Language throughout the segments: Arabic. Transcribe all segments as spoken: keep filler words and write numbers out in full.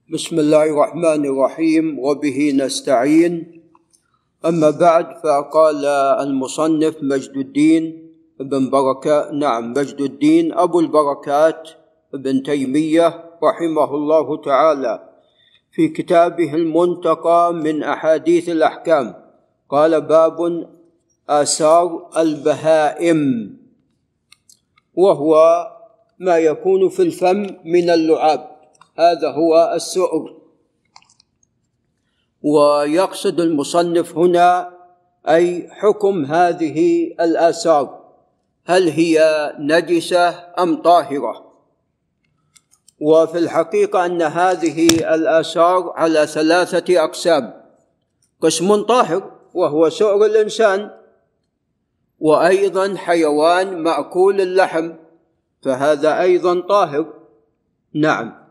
بسم الله الرحمن الرحيم وبه نستعين. أما بعد، فقال المصنف مجد الدين ابن بركة نعم مجد الدين أبو البركات ابن تيمية رحمه الله تعالى في كتابه المنتقى من أحاديث الأحكام، قال: باب آثار البهائم، وهو ما يكون في الفم من اللعاب، هذا هو السؤر. ويقصد المصنف هنا أي حكم هذه الآثار، هل هي نجسة أم طاهرة؟ وفي الحقيقة أن هذه الآثار على ثلاثة أقسام: قسم طاهر وهو سؤر الإنسان، وأيضا حيوان مأكول اللحم فهذا أيضا طاهر، نعم،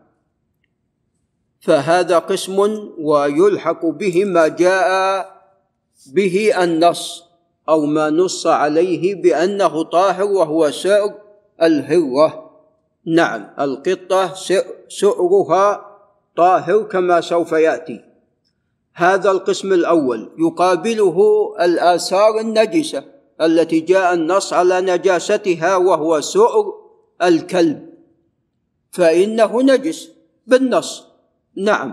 فهذا قسم ويلحق به ما جاء به النص أو ما نص عليه بأنه طاهر، وهو سؤر الهرة، نعم، القطة سؤرها طاهر كما سوف يأتي. هذا القسم الأول. يقابله الآثار النجسة التي جاء النص على نجاستها، وهو سؤر الكلب، فإنه نجس بالنص، نعم،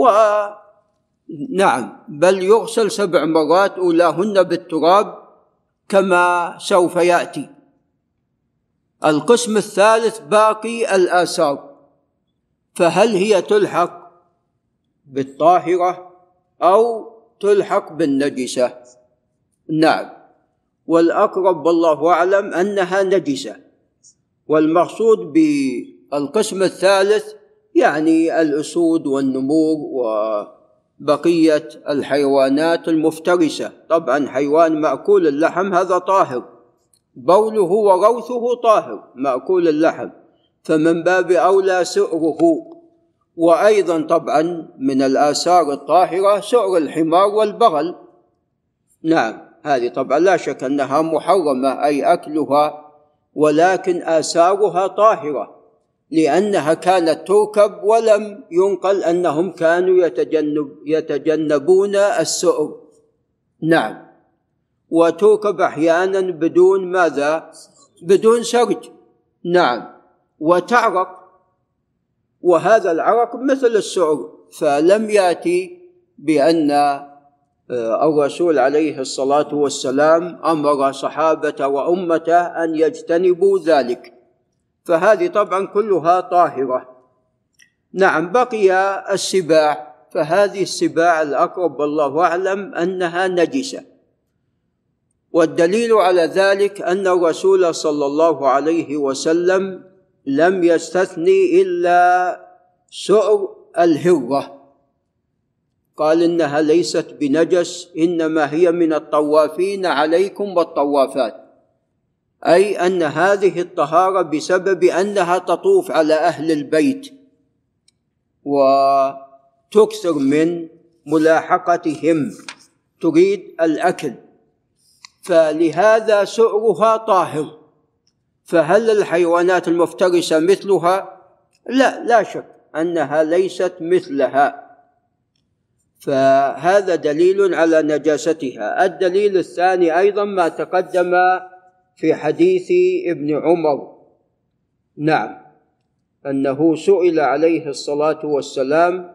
ونعم بل يغسل سبع مرات أولاهن بالتراب كما سوف يأتي. القسم الثالث باقي الآثار، فهل هي تلحق بالطاهرة أو تلحق بالنجسة؟ نعم، والأقرب والله أعلم أنها نجسة. والمقصود بالقسم الثالث يعني الأسود والنمور وبقية الحيوانات المفترسة. طبعا حيوان مأكول اللحم هذا طاهر، بوله وروثه طاهر مأكول اللحم، فمن باب أولى سؤره. وأيضا طبعا من الآثار الطاهرة سؤر الحمار والبغل، نعم، هذه طبعا لا شك أنها محرمة أي أكلها، ولكن آثارها طاهرة لأنها كانت تركب، ولم ينقل أنهم كانوا يتجنب يتجنبون السؤر، نعم، وتركب أحيانا بدون ماذا؟ بدون سرج، نعم، وتعرق، وهذا العرق مثل السؤر. فلم يأتي بأن الرسول عليه الصلاة والسلام أمر صحابة وأمته أن يجتنبوا ذلك، فهذه طبعا كلها طاهرة. نعم، بقي السباع، فهذه السباع الأقرب والله أعلم أنها نجسة، والدليل على ذلك أن الرسول صلى الله عليه وسلم لم يستثني إلا سؤر الهرة، قال إنها ليست بنجس، إنما هي من الطوافين عليكم والطوافات، أي أن هذه الطهارة بسبب أنها تطوف على أهل البيت وتكثر من ملاحقتهم، تريد الأكل، فلهذا سؤرها طاهر. فهل الحيوانات المفترسة مثلها؟ لا، لا شك أنها ليست مثلها، فهذا دليل على نجاستها. الدليل الثاني أيضا ما تقدم في حديث ابن عمر، نعم، أنه سئل عليه الصلاة والسلام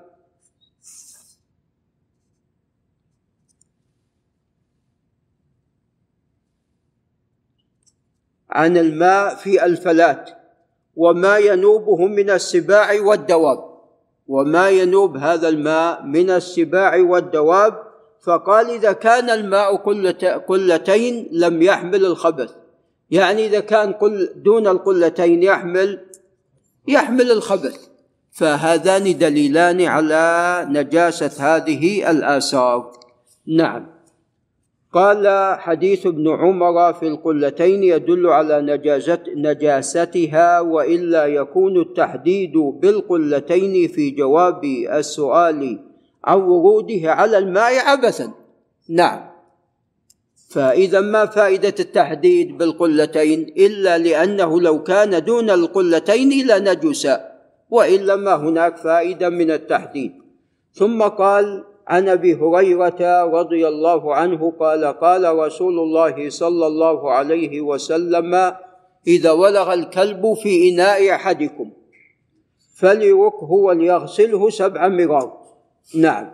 عن الماء في الفلاة وما ينوبه من السباع والدواب، وما ينوب هذا الماء من السباع والدواب، فقال: إذا كان الماء قلتين لم يحمل الخبث، يعني إذا كان دون القلتين يحمل يحمل الخبث، فهذان دليلان على نجاسة هذه الآثار، نعم. قال: حديث ابن عمر في القلتين يدل على نجاستها، وإلا يكون التحديد بالقلتين في جواب السؤال عن وروده على الماء عبثا، نعم. فإذا ما فائدة التحديد بالقلتين إلا لأنه لو كان دون القلتين لنجس، وإلا ما هناك فائدة من التحديد. ثم قال عن أبي هريرة رضي الله عنه قال قال رسول الله صلى الله عليه وسلم: إذا ولغ الكلب في إناء أحدكم فليركه وليغسله سبع مرار. نعم،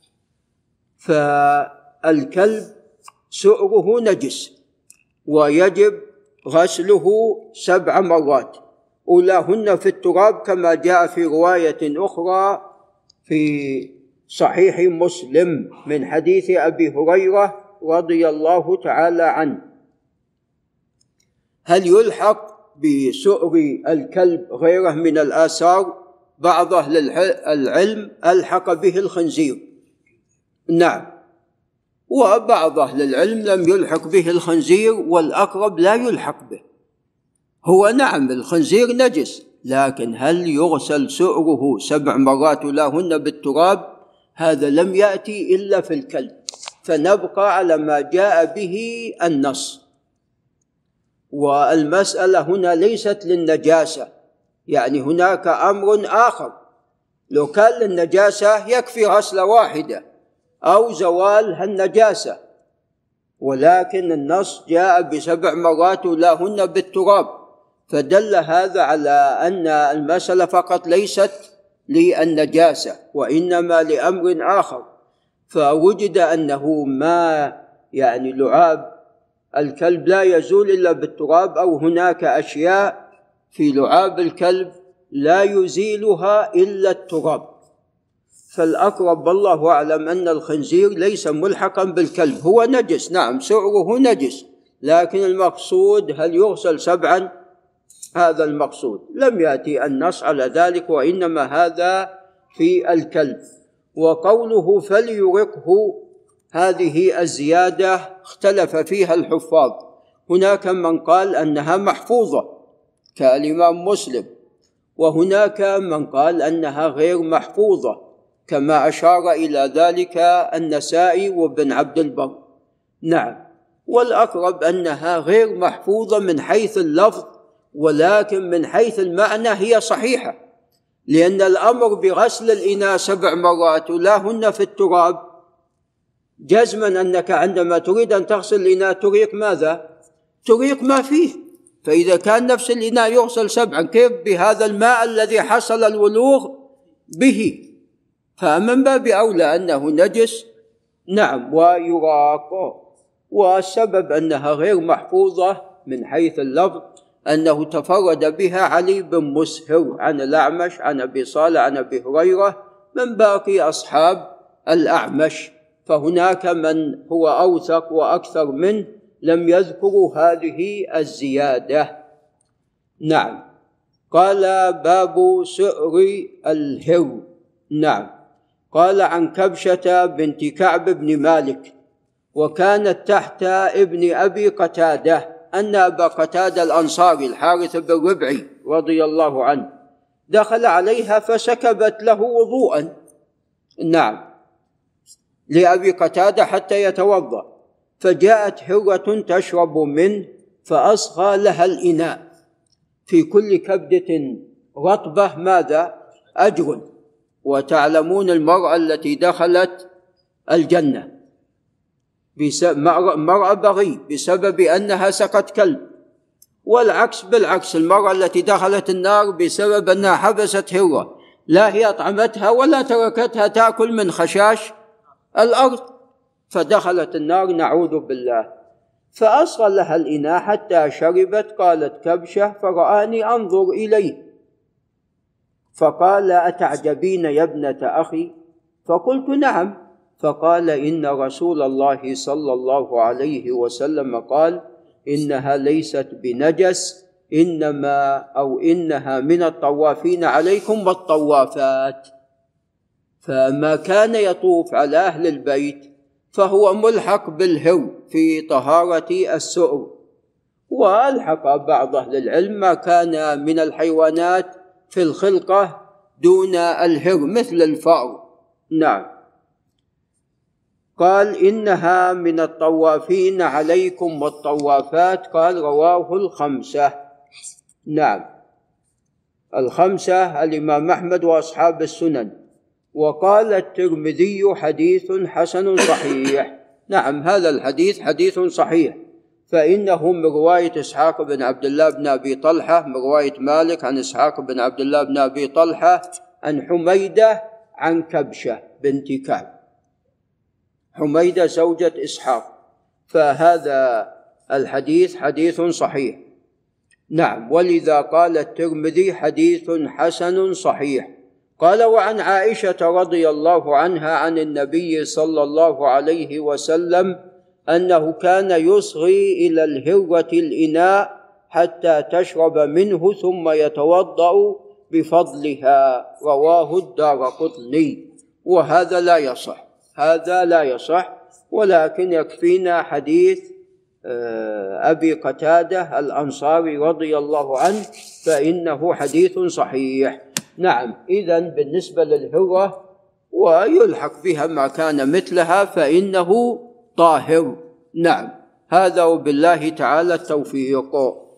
فالكلب سؤره نجس ويجب غسله سبع مرات، أولاهن في التراب كما جاء في رواية أخرى في صحيح مسلم من حديث أبي هريرة رضي الله تعالى عنه. هل يلحق بسؤر الكلب غيره من الآثار؟ بعض أهل العلم ألحق به الخنزير، نعم، وبعض أهل العلم لم يلحق به الخنزير، والأقرب لا يلحق به. هو نعم الخنزير نجس، لكن هل يغسل سؤره سبع مرات لاهن بالتراب؟ هذا لم يأتي إلا في الكلب، فنبقى على ما جاء به النص. والمسألة هنا ليست للنجاسة، يعني هناك أمر آخر، لو كان للنجاسة يكفي غسلة واحدة أو زوال النجاسة، ولكن النص جاء بسبع مرات لاهن بالتراب، فدل هذا على أن المسألة فقط ليست للنجاسة وإنما لأمر آخر. فوجد أنه ما يعني لعاب الكلب لا يزول إلا بالتراب، أو هناك أشياء في لعاب الكلب لا يزيلها إلا التراب، فالأقرب والله أعلم أن الخنزير ليس ملحقا بالكلب، هو نجس نعم سؤره نجس، لكن المقصود هل يغسل سبعا؟ هذا المقصود، لم يأتي النص على ذلك، وإنما هذا في الكلب. وقوله فليرقه، هذه الزيادة اختلف فيها الحفاظ، هناك من قال أنها محفوظة كالإمام مسلم، وهناك من قال أنها غير محفوظة كما أشار إلى ذلك النسائي وابن عبد البر. نعم، والأقرب أنها غير محفوظة من حيث اللفظ، ولكن من حيث المعنى هي صحيحة، لأن الأمر بغسل الإناء سبع مرات ولاهن في التراب جزما أنك عندما تريد أن تغسل الإناء تريق ماذا؟ تريق ما فيه، فإذا كان نفس الإناء يغسل سبعا كيف بهذا الماء الذي حصل الولوغ به؟ فمن باب أولى أنه نجس نعم ويراق. والسبب أنها غير محفوظة من حيث اللفظ أنه تفرد بها علي بن مسهر عن الأعمش عن أبي صالح عن أبي هريرة من باقي أصحاب الأعمش، فهناك من هو أوثق وأكثر منه لم يذكروا هذه الزيادة. نعم. قال باب سؤر الهر. نعم. قال عن كبشة بنت كعب بن مالك وكانت تحت ابن أبي قتادة أن أبا قتادة الأنصاري الحارث بن ربعي رضي الله عنه دخل عليها فسكبت له وضوءا نعم لأبي قتادة حتى يتوضأ، فجاءت هرة تشرب منه فأصغى لها الإناء، في كل كبدة رطبة ماذا؟ أجر، وتعلمون المرأة التي دخلت الجنة مرأة بغي بسبب أنها سقت كلب، والعكس بالعكس المرأة التي دخلت النار بسبب أنها حبست هرة، لا هي أطعمتها ولا تركتها تأكل من خشاش الأرض فدخلت النار نعوذ بالله. فأصغى لها الإناء حتى شربت. قالت كبشة فرآني أنظر إليه فقال أتعجبين يا ابنة أخي؟ فقلت نعم. فقال إن رسول الله صلى الله عليه وسلم قال إنها ليست بنجس إنما أو إنها من الطوافين عليكم والطوافات، فما كان يطوف على أهل البيت فهو ملحق بالهر في طهارة السؤر، وألحق بعض أهل العلم ما كان من الحيوانات في الخلقة دون الهر مثل الفأر. نعم. قال إنها من الطوافين عليكم والطوافات، قال رواه الخمسة. نعم. الخمسة الإمام أحمد وأصحاب السنن. وقال الترمذي حديث حسن صحيح. نعم، هذا الحديث حديث صحيح، فإنه من رواية إسحاق بن عبد الله بن أبي طلحة، من رواية مالك عن إسحاق بن عبد الله بن أبي طلحة عن حميدة عن كبشة بنت كعب، حميدة زوجة إسحاق، فهذا الحديث حديث صحيح. نعم، ولذا قال الترمذي حديث حسن صحيح. قال: وعن عائشة رضي الله عنها عن النبي صلى الله عليه وسلم أنه كان يصغي إلى الهرة الإناء حتى تشرب منه ثم يتوضأ بفضلها، رواه الدارقطني. وهذا لا يصح، هذا لا يصح، ولكن يكفينا حديث أبي قتادة الأنصاري رضي الله عنه، فإنه حديث صحيح. نعم، إذن بالنسبة للهرة ويلحق بها ما كان مثلها فإنه طاهر. نعم، هذا وبالله تعالى التوفيق.